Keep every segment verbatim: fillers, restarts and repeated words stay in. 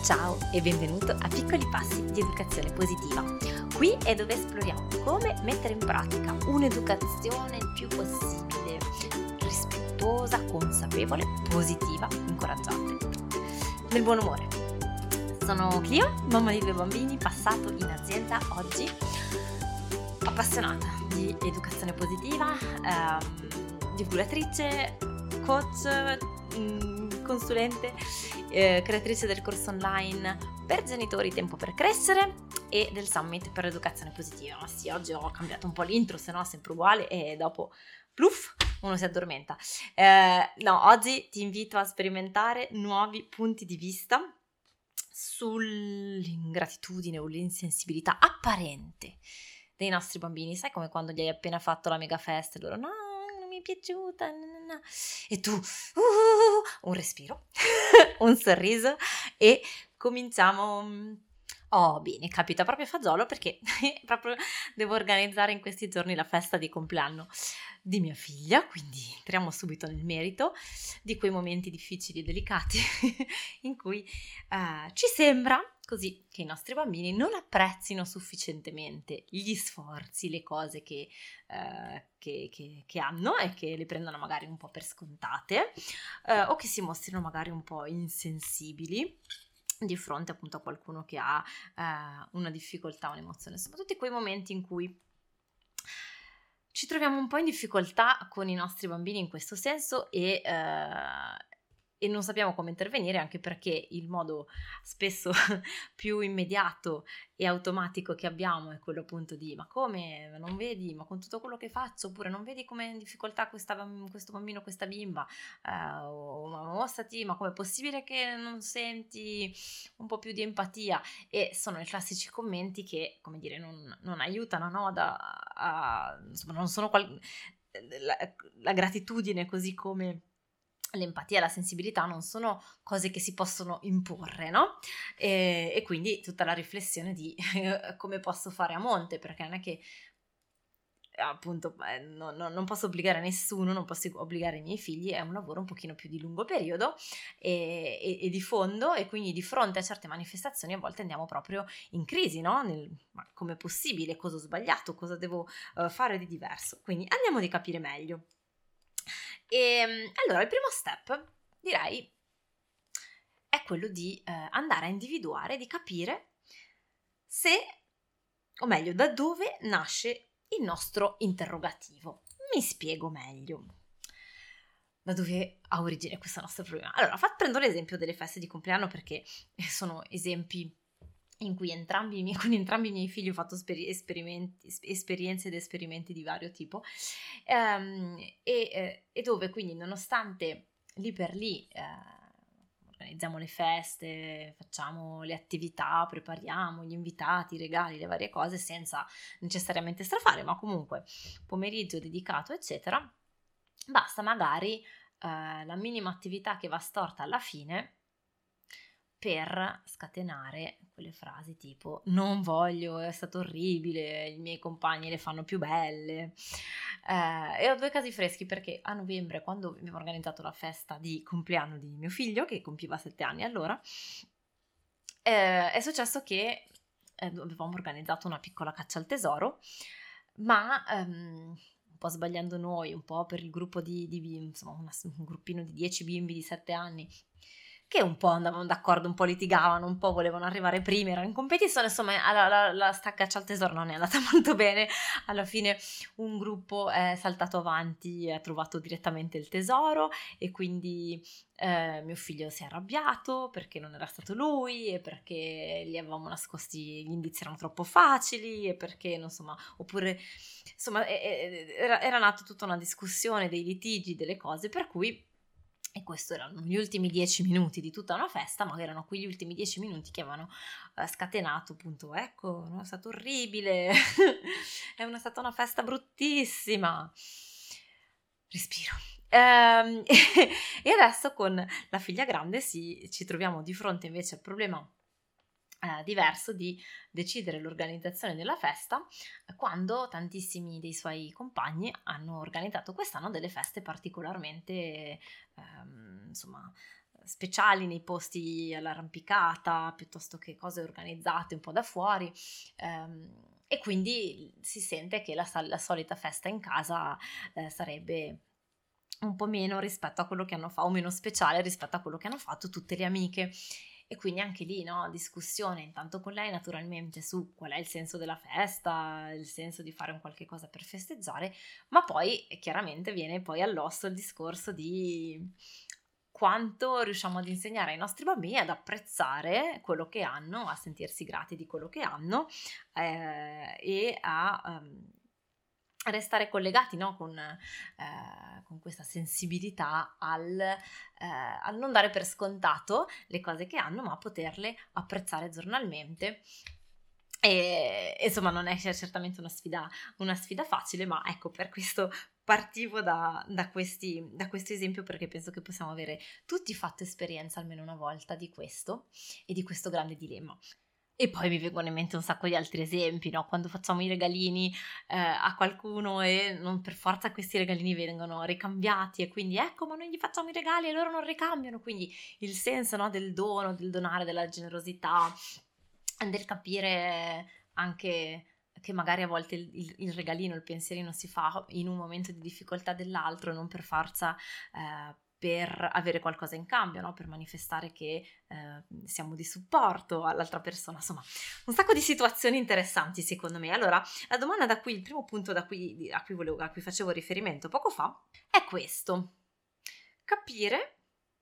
Ciao e benvenuto a Piccoli Passi di Educazione Positiva. Qui è dove esploriamo come mettere in pratica un'educazione il più possibile rispettosa, consapevole, positiva, incoraggiante. Nel buon umore. Sono Clio, mamma di due bambini, passato in azienda oggi, appassionata di educazione positiva, ehm, divulgatrice, coach, mh, consulente, eh, creatrice del corso online per genitori Tempo per Crescere e del Summit per l'Educazione Positiva. Ma sì, oggi ho cambiato un po' l'intro, se no è sempre uguale e dopo pluff, uno si addormenta. Eh, no, oggi ti invito a sperimentare nuovi punti di vista sull'ingratitudine o l'insensibilità apparente dei nostri bambini. Sai come quando gli hai appena fatto la mega festa e loro no, non mi è piaciuta, no, no, no. E tu uh, un respiro, un sorriso e cominciamo. Oh, bene, capita proprio a fagiolo perché proprio devo organizzare in questi giorni la festa di compleanno di mia figlia, quindi entriamo subito nel merito di quei momenti difficili e delicati in cui uh, ci sembra così che i nostri bambini non apprezzino sufficientemente gli sforzi, le cose che, uh, che, che, che hanno e che le prendono magari un po' per scontate uh, o che si mostrino magari un po' insensibili di fronte appunto a qualcuno che ha eh, una difficoltà, un'emozione. Sono tutti quei momenti in cui ci troviamo un po' in difficoltà con i nostri bambini in questo senso e, eh, e non sappiamo come intervenire, anche perché il modo spesso più immediato e automatico che abbiamo è quello appunto di ma come, non vedi, ma con tutto quello che faccio, oppure non vedi come è in difficoltà questa, questo bambino, questa bimba, uh, o ma mostrati, ma com'è possibile che non senti un po' più di empatia? E sono i classici commenti che, come dire, non, non aiutano, no? Da, a, insomma, non sono qual- la, la gratitudine così come l'empatia, la sensibilità non sono cose che si possono imporre, no? E, e quindi tutta la riflessione di come posso fare a monte, perché non è che appunto eh, no, no, non posso obbligare nessuno, non posso obbligare i miei figli, è un lavoro un pochino più di lungo periodo e, e, e di fondo, e quindi di fronte a certe manifestazioni a volte andiamo proprio in crisi, no? Nel, ma com'è possibile? Cosa ho sbagliato? Cosa devo uh, fare di diverso? Quindi andiamo a capire meglio. E allora il primo step direi è quello di eh, andare a individuare, di capire se, o meglio, da dove nasce il nostro interrogativo. Mi spiego meglio. Da dove ha origine questo nostro problema? Allora, prendo l'esempio delle feste di compleanno perché sono esempi in cui entrambi, con entrambi i miei figli ho fatto esperimenti, esperienze ed esperimenti di vario tipo ehm, e, e dove quindi nonostante lì per lì eh, organizziamo le feste, facciamo le attività, prepariamo gli invitati, i regali, le varie cose senza necessariamente strafare, ma comunque pomeriggio dedicato eccetera, basta magari eh, la minima attività che va storta alla fine per scatenare quelle frasi tipo non voglio, è stato orribile, i miei compagni le fanno più belle. Eh, e ho due casi freschi perché a novembre, quando abbiamo organizzato la festa di compleanno di mio figlio, che compiva sette anni allora, eh, è successo che eh, avevamo organizzato una piccola caccia al tesoro, ma um, un po' sbagliando noi, un po' per il gruppo di, di insomma una, un gruppino di dieci bimbi di sette anni, che un po' andavano d'accordo, un po' litigavano, un po' volevano arrivare prima, erano in competizione, insomma la, la, la sta caccia al tesoro non è andata molto bene, alla fine un gruppo è saltato avanti e ha trovato direttamente il tesoro e quindi eh, mio figlio si è arrabbiato perché non era stato lui e perché gli avevamo nascosti, gli indizi erano troppo facili e perché, insomma, oppure, insomma, era, era nata tutta una discussione, dei litigi, delle cose, per cui e questo erano gli ultimi dieci minuti di tutta una festa, ma erano quegli ultimi dieci minuti che avevano uh, scatenato appunto, ecco, no, è stato orribile, è una, stata una festa bruttissima. Respiro. Ehm, e adesso con la figlia grande sì, ci troviamo di fronte invece al problema Eh, diverso di decidere l'organizzazione della festa quando tantissimi dei suoi compagni hanno organizzato quest'anno delle feste particolarmente ehm, insomma speciali nei posti all'arrampicata, piuttosto che cose organizzate un po' da fuori, ehm, e quindi si sente che la, la solita festa in casa eh, sarebbe un po' meno rispetto a quello che hanno fatto, o meno speciale rispetto a quello che hanno fatto tutte le amiche. E quindi anche lì, no, discussione intanto con lei naturalmente su qual è il senso della festa, il senso di fare un qualche cosa per festeggiare, ma poi chiaramente viene poi all'osso il discorso di quanto riusciamo ad insegnare ai nostri bambini ad apprezzare quello che hanno, a sentirsi grati di quello che hanno eh, e a um, restare collegati, no, con, eh, con questa sensibilità al, eh, al non dare per scontato le cose che hanno, ma poterle apprezzare giornalmente. E insomma non è certamente una sfida, una sfida facile, ma ecco, per questo partivo da, da, questi, da questo esempio, perché penso che possiamo avere tutti fatto esperienza almeno una volta di questo e di questo grande dilemma. E poi mi vengono in mente un sacco di altri esempi, no? Quando facciamo i regalini eh, a qualcuno e non per forza questi regalini vengono ricambiati e quindi ecco, ma noi gli facciamo i regali e loro non ricambiano, quindi il senso, no, del dono, del donare, della generosità, del capire anche che magari a volte il, il, il regalino, il pensierino si fa in un momento di difficoltà dell'altro, non per forza eh, per avere qualcosa in cambio, no? Per manifestare che eh, siamo di supporto all'altra persona, insomma un sacco di situazioni interessanti secondo me. Allora la domanda da cui, il primo punto da cui, a, cui volevo, a cui facevo riferimento poco fa è questo: capire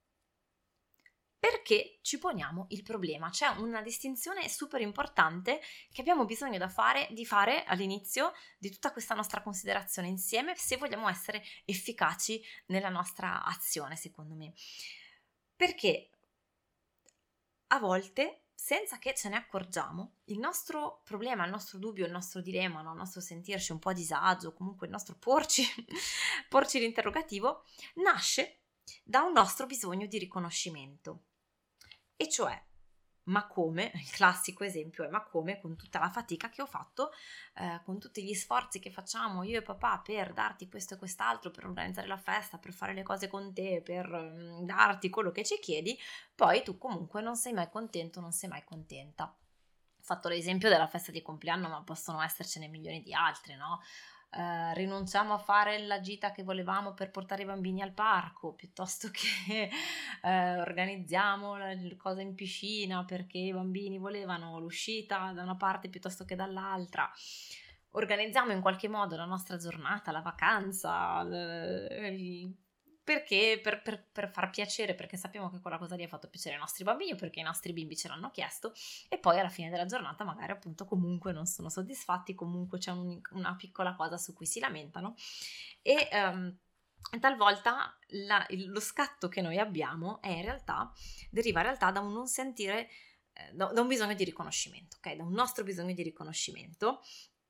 perché ci poniamo il problema. C'è una distinzione super importante che abbiamo bisogno da fare, di fare all'inizio di tutta questa nostra considerazione insieme se vogliamo essere efficaci nella nostra azione, secondo me. Perché a volte, senza che ce ne accorgiamo, il nostro problema, il nostro dubbio, il nostro dilemma, no? Il nostro sentirci un po' a disagio, comunque il nostro porci, porci l'interrogativo, nasce da un nostro bisogno di riconoscimento. E cioè, ma come, il classico esempio è ma come, con tutta la fatica che ho fatto, eh, con tutti gli sforzi che facciamo io e papà per darti questo e quest'altro, per organizzare la festa, per fare le cose con te, per um, darti quello che ci chiedi, poi tu comunque non sei mai contento, non sei mai contenta. Ho fatto l'esempio della festa di compleanno, ma possono essercene milioni di altri, no? Uh, rinunciamo a fare la gita che volevamo per portare i bambini al parco, piuttosto che uh, organizziamo le cose in piscina perché i bambini volevano l'uscita da una parte piuttosto che dall'altra. Organizziamo in qualche modo la nostra giornata, la vacanza, l- perché per, per, per far piacere, perché sappiamo che quella cosa lì ha fatto piacere ai nostri bambini, perché i nostri bimbi ce l'hanno chiesto, e poi alla fine della giornata magari appunto comunque non sono soddisfatti, comunque c'è un, una piccola cosa su cui si lamentano e um, talvolta la, il, lo scatto che noi abbiamo è in realtà, deriva in realtà da un non sentire, eh, da, da un bisogno di riconoscimento, ok? Da un nostro bisogno di riconoscimento.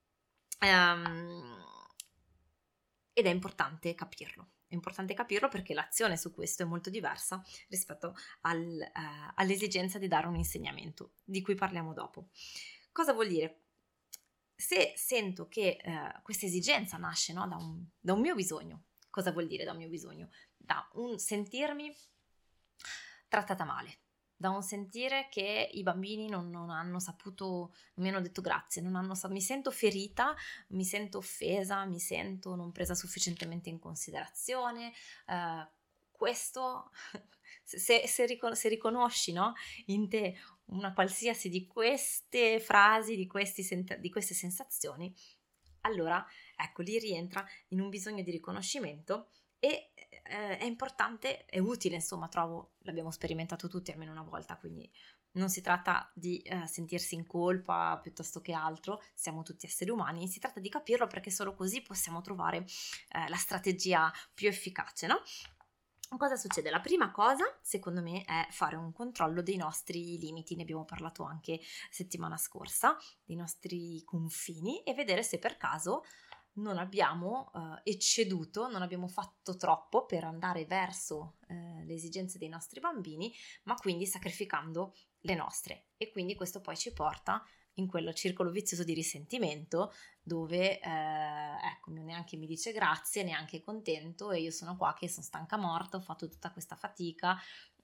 Um, ed è importante capirlo. È importante capirlo perché l'azione su questo è molto diversa rispetto al, eh, all'esigenza di dare un insegnamento, di cui parliamo dopo. Cosa vuol dire? Se sento che eh, questa esigenza nasce, no, da, un, da un mio bisogno, cosa vuol dire da un mio bisogno? Da un sentirmi trattata male, da un sentire che i bambini non, non hanno saputo, non mi hanno detto grazie, non hanno, mi sento ferita, mi sento offesa, mi sento non presa sufficientemente in considerazione. Uh, questo, se, se, ricon- se riconosci, no, in te una qualsiasi di queste frasi, di, questi sent- di queste sensazioni, allora ecco, lì rientra in un bisogno di riconoscimento e eh, è importante, è utile, insomma, trovo, l'abbiamo sperimentato tutti almeno una volta, quindi non si tratta di eh, sentirsi in colpa piuttosto che altro, siamo tutti esseri umani, si tratta di capirlo perché solo così possiamo trovare eh, la strategia più efficace, no? Cosa succede? La prima cosa, secondo me, è fare un controllo dei nostri limiti, ne abbiamo parlato anche settimana scorsa, dei nostri confini e vedere se per caso non abbiamo eh, ecceduto, non abbiamo fatto troppo per andare verso eh, le esigenze dei nostri bambini, ma quindi sacrificando le nostre. E quindi questo poi ci porta in quello circolo vizioso di risentimento dove eh, ecco, neanche mi dice grazie, neanche contento e io sono qua che sono stanca morta, ho fatto tutta questa fatica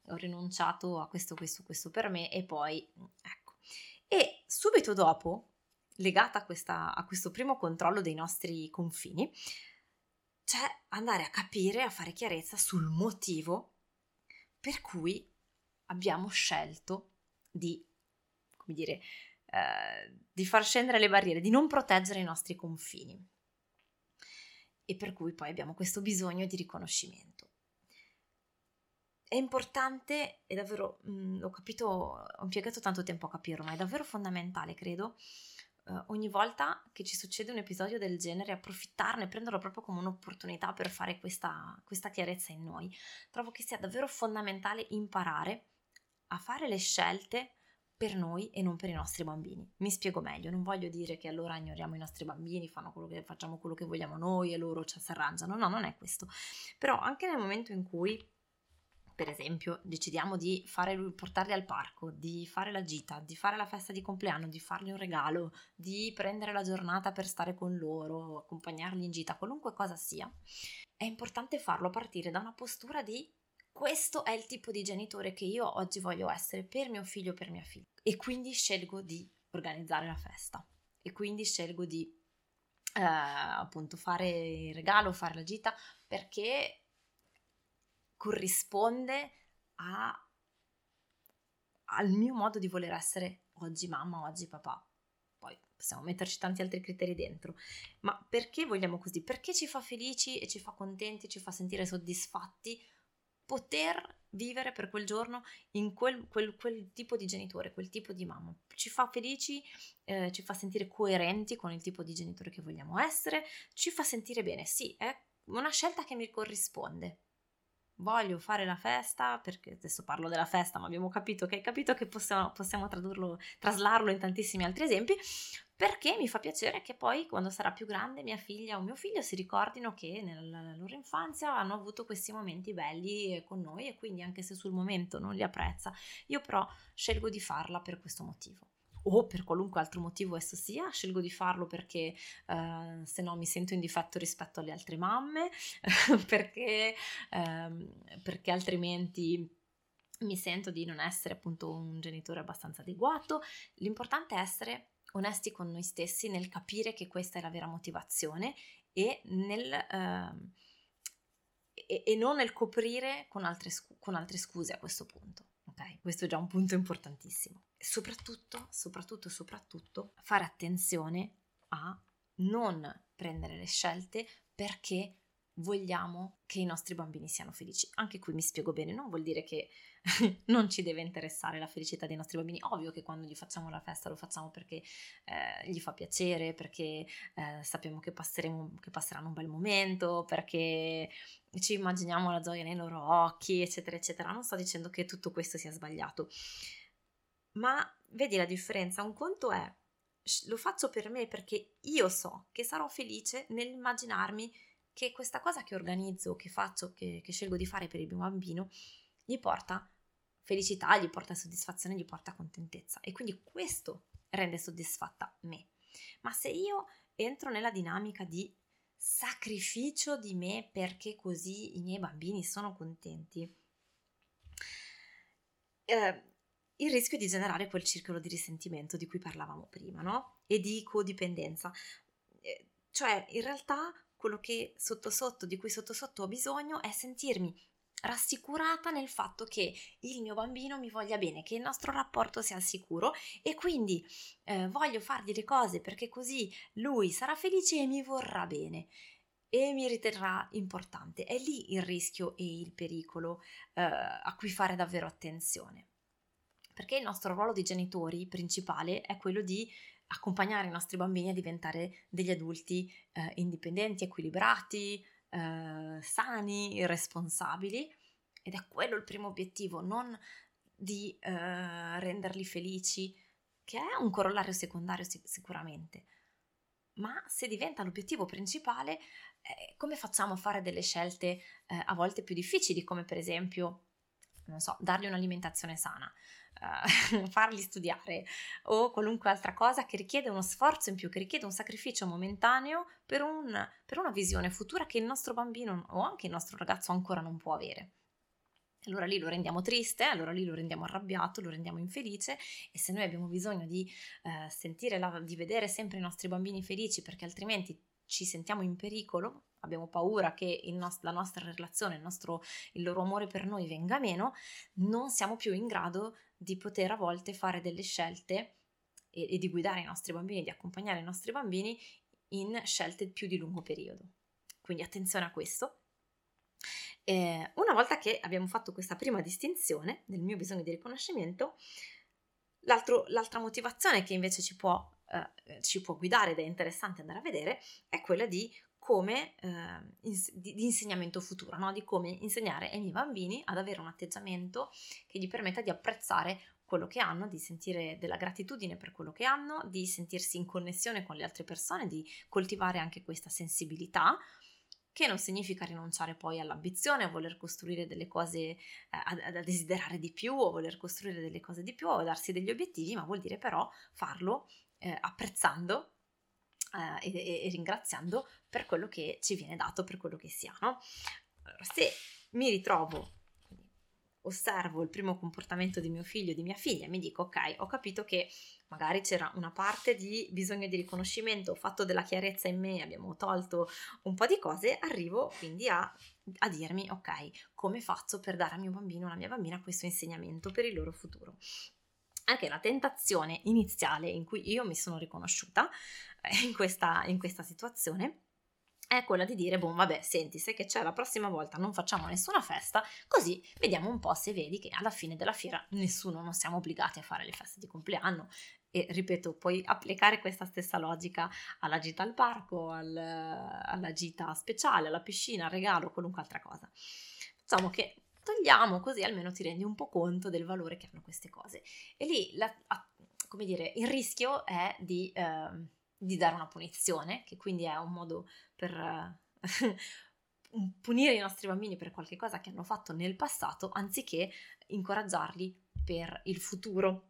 ho rinunciato a questo, questo, questo per me e poi, ecco. E subito dopo, legata a, questa, a questo primo controllo dei nostri confini, c'è andare a capire, a fare chiarezza sul motivo per cui abbiamo scelto di, come dire, eh, di far scendere le barriere, di non proteggere i nostri confini. E per cui poi abbiamo questo bisogno di riconoscimento. È importante, è davvero, mh, l'ho capito, ho impiegato tanto tempo a capirlo, ma è davvero fondamentale, credo, eh, ogni volta che ci succede un episodio del genere, approfittarne, prenderlo proprio come un'opportunità per fare questa, questa chiarezza in noi. Trovo che sia davvero fondamentale imparare a fare le scelte per noi e non per i nostri bambini. Mi spiego meglio, non voglio dire che allora ignoriamo i nostri bambini, fanno quello che, facciamo quello che vogliamo noi e loro ci si arrangiano, no, non è questo. Però anche nel momento in cui, per esempio, decidiamo di fare, portarli al parco, di fare la gita, di fare la festa di compleanno, di fargli un regalo, di prendere la giornata per stare con loro, accompagnarli in gita, qualunque cosa sia, è importante farlo a partire da una postura di: questo è il tipo di genitore che io oggi voglio essere per mio figlio o per mia figlia, e quindi scelgo di organizzare la festa, e quindi scelgo di eh, appunto fare il regalo, fare la gita, perché corrisponde a, al mio modo di voler essere oggi mamma, oggi papà. Poi possiamo metterci tanti altri criteri dentro, ma perché vogliamo così? Perché ci fa felici e ci fa contenti, ci fa sentire soddisfatti poter vivere per quel giorno in quel, quel, quel tipo di genitore, quel tipo di mamma. Ci fa felici, eh, ci fa sentire coerenti con il tipo di genitore che vogliamo essere, ci fa sentire bene. Sì, è una scelta che mi corrisponde. Voglio fare la festa, perché adesso parlo della festa, ma abbiamo capito che hai capito che possiamo, possiamo tradurlo, traslarlo in tantissimi altri esempi, perché mi fa piacere che poi quando sarà più grande mia figlia o mio figlio si ricordino che nella loro infanzia hanno avuto questi momenti belli con noi, e quindi anche se sul momento non li apprezza, io però scelgo di farla per questo motivo. O per qualunque altro motivo esso sia, scelgo di farlo perché eh, se no mi sento in difetto rispetto alle altre mamme, perché, ehm, perché altrimenti mi sento di non essere appunto un genitore abbastanza adeguato. L'importante è essere onesti con noi stessi nel capire che questa è la vera motivazione e nel... Ehm, e, e non nel coprire con altre, scu- con altre scuse a questo punto. Ok, questo è già un punto importantissimo. Soprattutto, soprattutto, soprattutto, fare attenzione a non prendere le scelte perché vogliamo che i nostri bambini siano felici. Anche qui mi spiego bene, non vuol dire che non ci deve interessare la felicità dei nostri bambini. Ovvio che quando gli facciamo la festa lo facciamo perché eh, gli fa piacere, perché eh, sappiamo che, passeremo, che passeranno un bel momento, perché ci immaginiamo la gioia nei loro occhi, eccetera, eccetera. Non sto dicendo che tutto questo sia sbagliato, ma vedi la differenza? Un conto è: lo faccio per me perché io so che sarò felice nell'immaginarmi che questa cosa che organizzo, che faccio, che, che scelgo di fare per il mio bambino, gli porta felicità, gli porta soddisfazione, gli porta contentezza, e quindi questo rende soddisfatta me. Ma se io entro nella dinamica di sacrificio di me perché così i miei bambini sono contenti, eh, il rischio è di generare quel circolo di risentimento di cui parlavamo prima, no? E di codipendenza. Eh, cioè, in realtà, quello che sotto sotto, di cui sotto sotto ho bisogno, è sentirmi rassicurata nel fatto che il mio bambino mi voglia bene, che il nostro rapporto sia sicuro, e quindi eh, voglio fargli le cose perché così lui sarà felice e mi vorrà bene e mi riterrà importante. È lì il rischio e il pericolo eh, a cui fare davvero attenzione, perché il nostro ruolo di genitori principale è quello di accompagnare i nostri bambini a diventare degli adulti eh, indipendenti, equilibrati, eh, sani, responsabili, ed è quello il primo obiettivo, non di eh, renderli felici, che è un corollario secondario sic- sicuramente, ma se diventa l'obiettivo principale, eh, come facciamo a fare delle scelte eh, a volte più difficili, come per esempio, non so, dargli un'alimentazione sana, uh, farli studiare o qualunque altra cosa che richiede uno sforzo in più, che richiede un sacrificio momentaneo per, un, per una visione futura che il nostro bambino o anche il nostro ragazzo ancora non può avere. allora lì lo rendiamo triste, allora lì lo rendiamo arrabbiato, lo rendiamo infelice, e se noi abbiamo bisogno di eh, sentire, la, di vedere sempre i nostri bambini felici, perché altrimenti ci sentiamo in pericolo, abbiamo paura che il nos- la nostra relazione, il, nostro, il loro amore per noi venga meno, non siamo più in grado di poter a volte fare delle scelte e, e di guidare i nostri bambini, di accompagnare i nostri bambini in scelte più di lungo periodo. Quindi attenzione a questo. Eh, una volta che abbiamo fatto questa prima distinzione del mio bisogno di riconoscimento, l'altro, l'altra motivazione che invece ci può, eh, ci può guidare ed è interessante andare a vedere è quella di come eh, ins- di, di insegnamento futuro, no? Di come insegnare ai miei bambini ad avere un atteggiamento che gli permetta di apprezzare quello che hanno, di sentire della gratitudine per quello che hanno, di sentirsi in connessione con le altre persone, di coltivare anche questa sensibilità, che non significa rinunciare poi all'ambizione, a voler costruire delle cose, eh, a, a desiderare di più, o voler costruire delle cose di più, o darsi degli obiettivi, ma vuol dire però farlo eh, apprezzando eh, e, e ringraziando per quello che ci viene dato, per quello che si ha, no? Allora, se mi ritrovo, osservo il primo comportamento di mio figlio o di mia figlia, mi dico ok, ho capito che magari c'era una parte di bisogno di riconoscimento, ho fatto della chiarezza in me, abbiamo tolto un po' di cose, arrivo quindi a, a dirmi ok, come faccio per dare a mio bambino o alla mia bambina questo insegnamento per il loro futuro. Anche la tentazione iniziale in cui io mi sono riconosciuta eh, in questa, in questa situazione è quella di dire, boh, vabbè, senti, sai che c'è, la prossima volta non facciamo nessuna festa, così vediamo un po' se vedi che alla fine della fiera nessuno, non siamo obbligati a fare le feste di compleanno. E ripeto, puoi applicare questa stessa logica alla gita al parco, al, alla gita speciale, alla piscina, al regalo, qualunque altra cosa. Facciamo che togliamo, così almeno ti rendi un po' conto del valore che hanno queste cose. E lì, la, come dire, il rischio è di... Eh, di dare una punizione, che quindi è un modo per uh, punire i nostri bambini per qualche cosa che hanno fatto nel passato, anziché incoraggiarli per il futuro.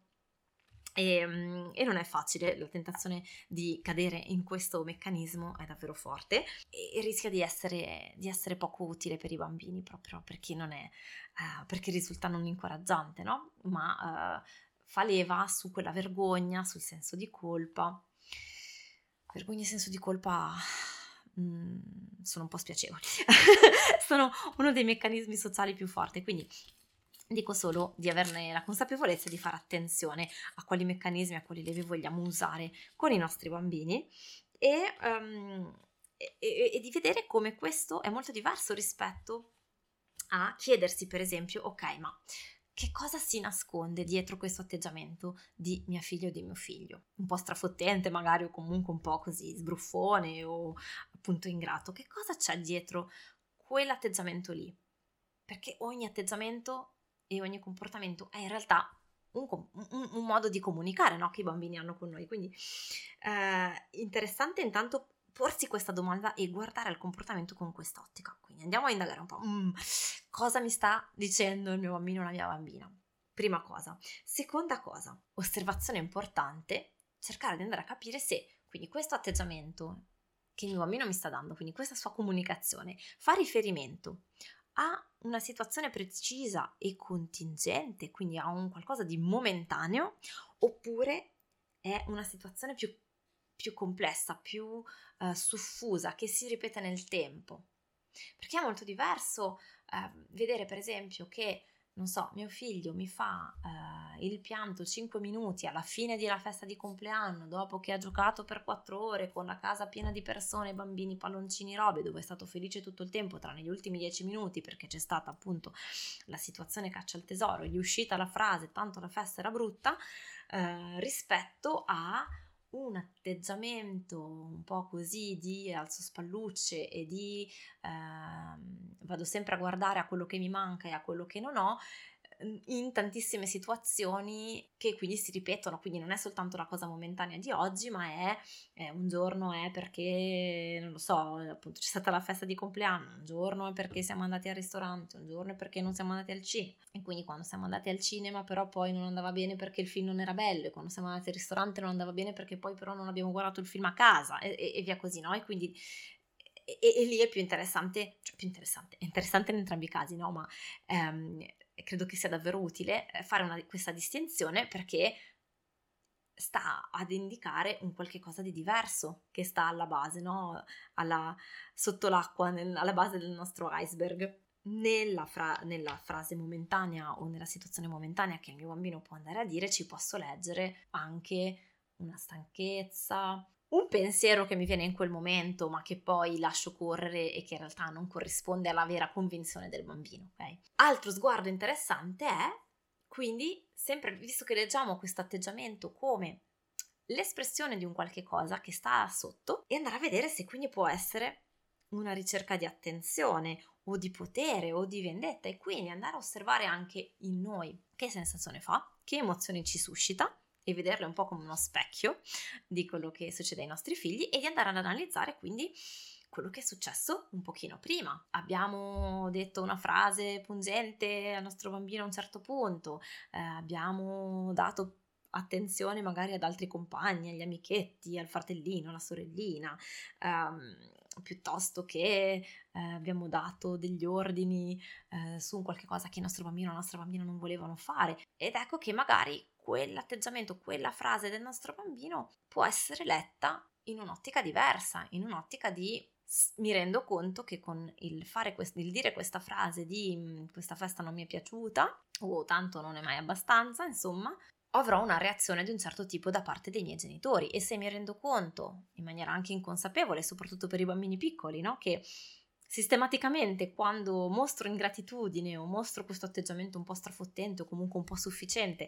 E, e non è facile, la tentazione di cadere in questo meccanismo è davvero forte e, e rischia di essere, di essere poco utile per i bambini, proprio perché non è, uh, perché risulta non incoraggiante, no? Ma uh, fa leva su quella vergogna, sul senso di colpa. Vergogna e senso di colpa mm, sono un po' spiacevoli, sono uno dei meccanismi sociali più forti, quindi dico solo di averne la consapevolezza e di fare attenzione a quali meccanismi, a quali leve vogliamo usare con i nostri bambini e, um, e, e di vedere come questo è molto diverso rispetto a chiedersi, per esempio, ok, ma che cosa si nasconde dietro questo atteggiamento di mia figlia o di mio figlio? Un po' strafottente magari, o comunque un po' così sbruffone o appunto ingrato. Che cosa c'è dietro quell'atteggiamento lì? Perché ogni atteggiamento e ogni comportamento è in realtà un, un, un modo di comunicare, no? Che i bambini hanno con noi. Quindi eh, interessante intanto porsi questa domanda e guardare al comportamento con quest'ottica. Quindi andiamo a indagare un po'. Mm, cosa mi sta dicendo il mio bambino o la mia bambina? Prima cosa. Seconda cosa, osservazione importante, cercare di andare a capire se quindi questo atteggiamento che il mio bambino mi sta dando, quindi questa sua comunicazione, fa riferimento a una situazione precisa e contingente, quindi a un qualcosa di momentaneo, oppure è una situazione più, più complessa, più uh, soffusa, che si ripete nel tempo. Perché è molto diverso uh, vedere, per esempio, che, non so, mio figlio mi fa uh, il pianto cinque minuti alla fine della festa di compleanno, dopo che ha giocato per quattro ore con la casa piena di persone, bambini, palloncini, robe, dove è stato felice tutto il tempo, tranne gli ultimi dieci minuti, perché c'è stata appunto la situazione caccia al tesoro, gli è uscita la frase tanto la festa era brutta, uh, rispetto a un atteggiamento un po' così di alzo spallucce e di ehm, vado sempre a guardare a quello che mi manca e a quello che non ho in tantissime situazioni che quindi si ripetono, quindi non è soltanto la cosa momentanea di oggi, ma è, è un giorno è perché, non lo so, appunto c'è stata la festa di compleanno, un giorno è perché siamo andati al ristorante, un giorno è perché non siamo andati al cinema, e quindi quando siamo andati al cinema però poi non andava bene perché il film non era bello, e quando siamo andati al ristorante non andava bene perché poi però non abbiamo guardato il film a casa e, e, e via così, no? E quindi e, e lì è più interessante, cioè più interessante, è interessante in entrambi i casi, no? Ma ehm, e credo che sia davvero utile fare una, questa distinzione, perché sta ad indicare un qualche cosa di diverso che sta alla base, no? Alla, sotto l'acqua, nel, alla base del nostro iceberg. Nella, fra, nella frase momentanea o nella situazione momentanea che il mio bambino può andare a dire, ci posso leggere anche una stanchezza, un pensiero che mi viene in quel momento ma che poi lascio correre e che in realtà non corrisponde alla vera convinzione del bambino, ok? Altro sguardo interessante è, quindi, sempre visto che leggiamo questo atteggiamento come l'espressione di un qualche cosa che sta sotto, e andare a vedere se quindi può essere una ricerca di attenzione o di potere o di vendetta, e quindi andare a osservare anche in noi che sensazione fa, che emozioni ci suscita, e vederle un po' come uno specchio di quello che succede ai nostri figli, e di andare ad analizzare quindi quello che è successo un pochino prima. Abbiamo detto una frase pungente al nostro bambino a un certo punto, eh, abbiamo dato attenzione magari ad altri compagni, agli amichetti, al fratellino, alla sorellina, ehm, piuttosto che eh, abbiamo dato degli ordini eh, su un qualche cosa che il nostro bambino o la nostra bambina non volevano fare, ed ecco che magari quell'atteggiamento, quella frase del nostro bambino può essere letta in un'ottica diversa, in un'ottica di mi rendo conto che con il fare quest- il dire questa frase di questa festa non mi è piaciuta o tanto non è mai abbastanza, insomma, avrò una reazione di un certo tipo da parte dei miei genitori. E se mi rendo conto in maniera anche inconsapevole, soprattutto per i bambini piccoli, no, che sistematicamente quando mostro ingratitudine o mostro questo atteggiamento un po' strafottente o comunque un po' sufficiente,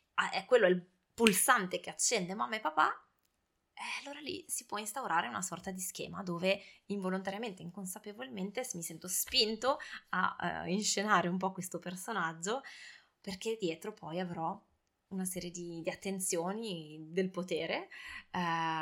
è quello il pulsante che accende mamma e papà, eh, allora lì si può instaurare una sorta di schema dove involontariamente, inconsapevolmente mi sento spinto a uh, inscenare un po' questo personaggio, perché dietro poi avrò una serie di, di attenzioni del potere eh,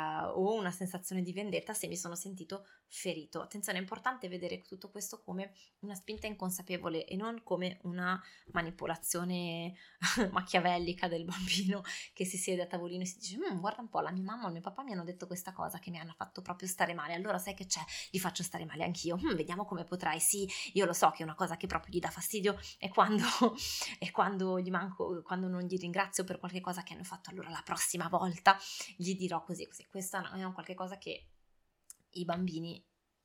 o una sensazione di vendetta se mi sono sentito ferito. Attenzione, è importante vedere tutto questo come una spinta inconsapevole e non come una manipolazione machiavellica del bambino che si siede a tavolino e si dice mmm, guarda un po', la mia mamma o il mio papà mi hanno detto questa cosa che mi hanno fatto proprio stare male, allora sai che c'è, li faccio stare male anch'io, hm, vediamo come potrai. Sì, io lo so che è una cosa che proprio gli dà fastidio e quando, e quando gli manco, quando non gli ringrazio per qualche cosa che hanno fatto, allora la prossima volta gli dirò così così. Questa è un qualche cosa che i bambini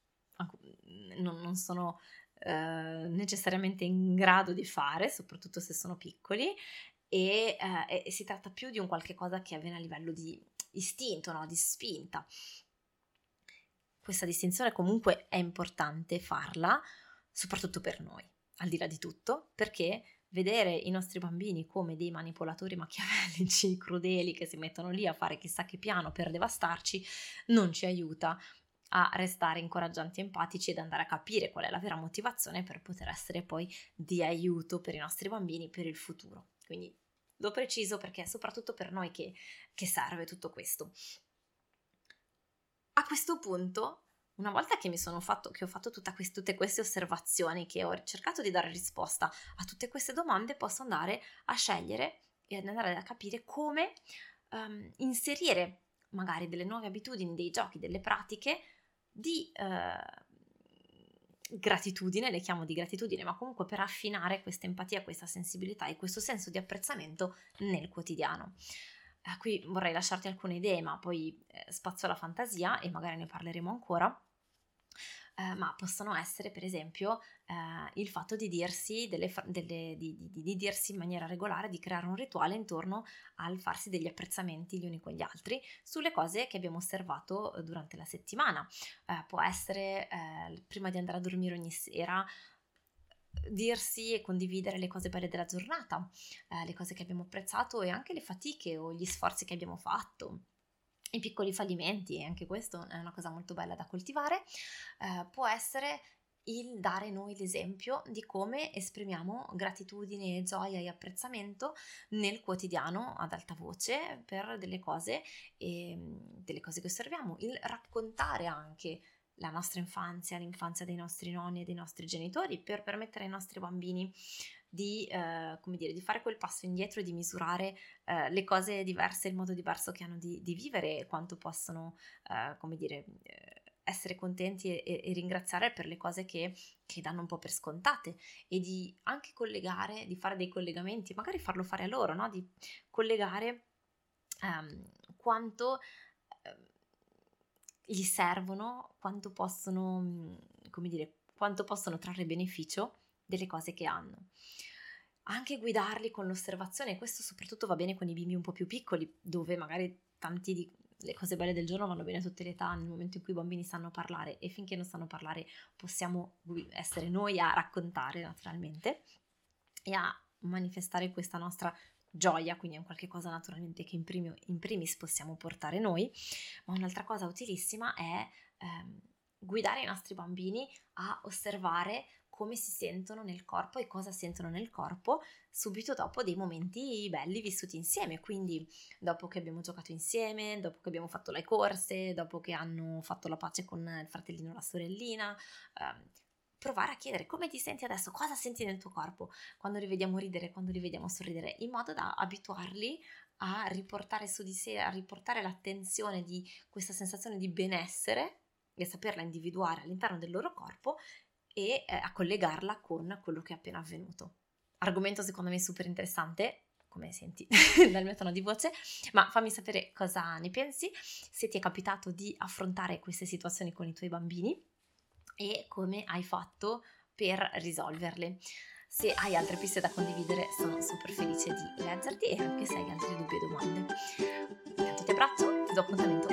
non, non sono eh, necessariamente in grado di fare, soprattutto se sono piccoli, e, eh, e si tratta più di un qualche cosa che avviene a livello di istinto, no? Di spinta. Questa distinzione comunque è importante farla, soprattutto per noi, al di là di tutto, perché vedere i nostri bambini come dei manipolatori machiavellici, crudeli, che si mettono lì a fare chissà che piano per devastarci, non ci aiuta a restare incoraggianti e empatici ed andare a capire qual è la vera motivazione per poter essere poi di aiuto per i nostri bambini per il futuro. Quindi lo preciso perché è soprattutto per noi che, che serve tutto questo. A questo punto, una volta che mi sono fatto, che ho fatto tutta quest- tutte queste osservazioni, che ho cercato di dare risposta a tutte queste domande, posso andare a scegliere e andare a capire come um, inserire magari delle nuove abitudini, dei giochi, delle pratiche di uh, gratitudine, le chiamo di gratitudine, ma comunque per affinare questa empatia, questa sensibilità e questo senso di apprezzamento nel quotidiano. Eh, qui vorrei lasciarti alcune idee, ma poi eh, spazio alla fantasia e magari ne parleremo ancora. Eh, ma possono essere per esempio eh, il fatto di dirsi, delle, delle, di, di, di dirsi in maniera regolare, di creare un rituale intorno al farsi degli apprezzamenti gli uni con gli altri sulle cose che abbiamo osservato durante la settimana. Eh, può essere eh, prima di andare a dormire ogni sera dirsi e condividere le cose belle della giornata, eh, le cose che abbiamo apprezzato e anche le fatiche o gli sforzi che abbiamo fatto, i piccoli fallimenti, e anche questo è una cosa molto bella da coltivare. Eh, può essere il dare noi l'esempio di come esprimiamo gratitudine, gioia e apprezzamento nel quotidiano ad alta voce per delle cose, e, delle cose che osserviamo, il raccontare anche la nostra infanzia, l'infanzia dei nostri nonni e dei nostri genitori, per permettere ai nostri bambini di, eh, come dire, di fare quel passo indietro e di misurare eh, le cose diverse, il modo diverso che hanno di, di vivere e quanto possono, eh, come dire, eh, essere contenti e, e- e ringraziare per le cose che, che danno un po' per scontate e di anche collegare, di fare dei collegamenti, magari farlo fare a loro, no? Di collegare ehm, quanto ehm, gli servono, quanto possono, mh, come dire, quanto possono trarre beneficio delle cose che hanno. Anche guidarli con l'osservazione, questo soprattutto va bene con i bimbi un po' più piccoli, dove magari tanti di le cose belle del giorno vanno bene a tutte le età, nel momento in cui i bambini sanno parlare, e finché non sanno parlare possiamo essere noi a raccontare naturalmente e a manifestare questa nostra gioia, quindi è un qualche cosa naturalmente che in, primi, in primis possiamo portare noi, ma un'altra cosa utilissima è ehm, guidare i nostri bambini a osservare come si sentono nel corpo e cosa sentono nel corpo subito dopo dei momenti belli vissuti insieme, quindi dopo che abbiamo giocato insieme, dopo che abbiamo fatto le corse, dopo che hanno fatto la pace con il fratellino o la sorellina, ehm, provare a chiedere come ti senti adesso, cosa senti nel tuo corpo quando li vediamo ridere, quando li vediamo sorridere, in modo da abituarli a riportare su di sé, a riportare l'attenzione di questa sensazione di benessere e saperla individuare all'interno del loro corpo e eh, a collegarla con quello che è appena avvenuto. Argomento secondo me super interessante, come senti dal mio tono di voce, ma fammi sapere cosa ne pensi, se ti è capitato di affrontare queste situazioni con i tuoi bambini e come hai fatto per risolverle. Se hai altre piste da condividere sono super felice di leggerti e anche se hai altri dubbi o domande. Intanto ti abbraccio, ti do appuntamento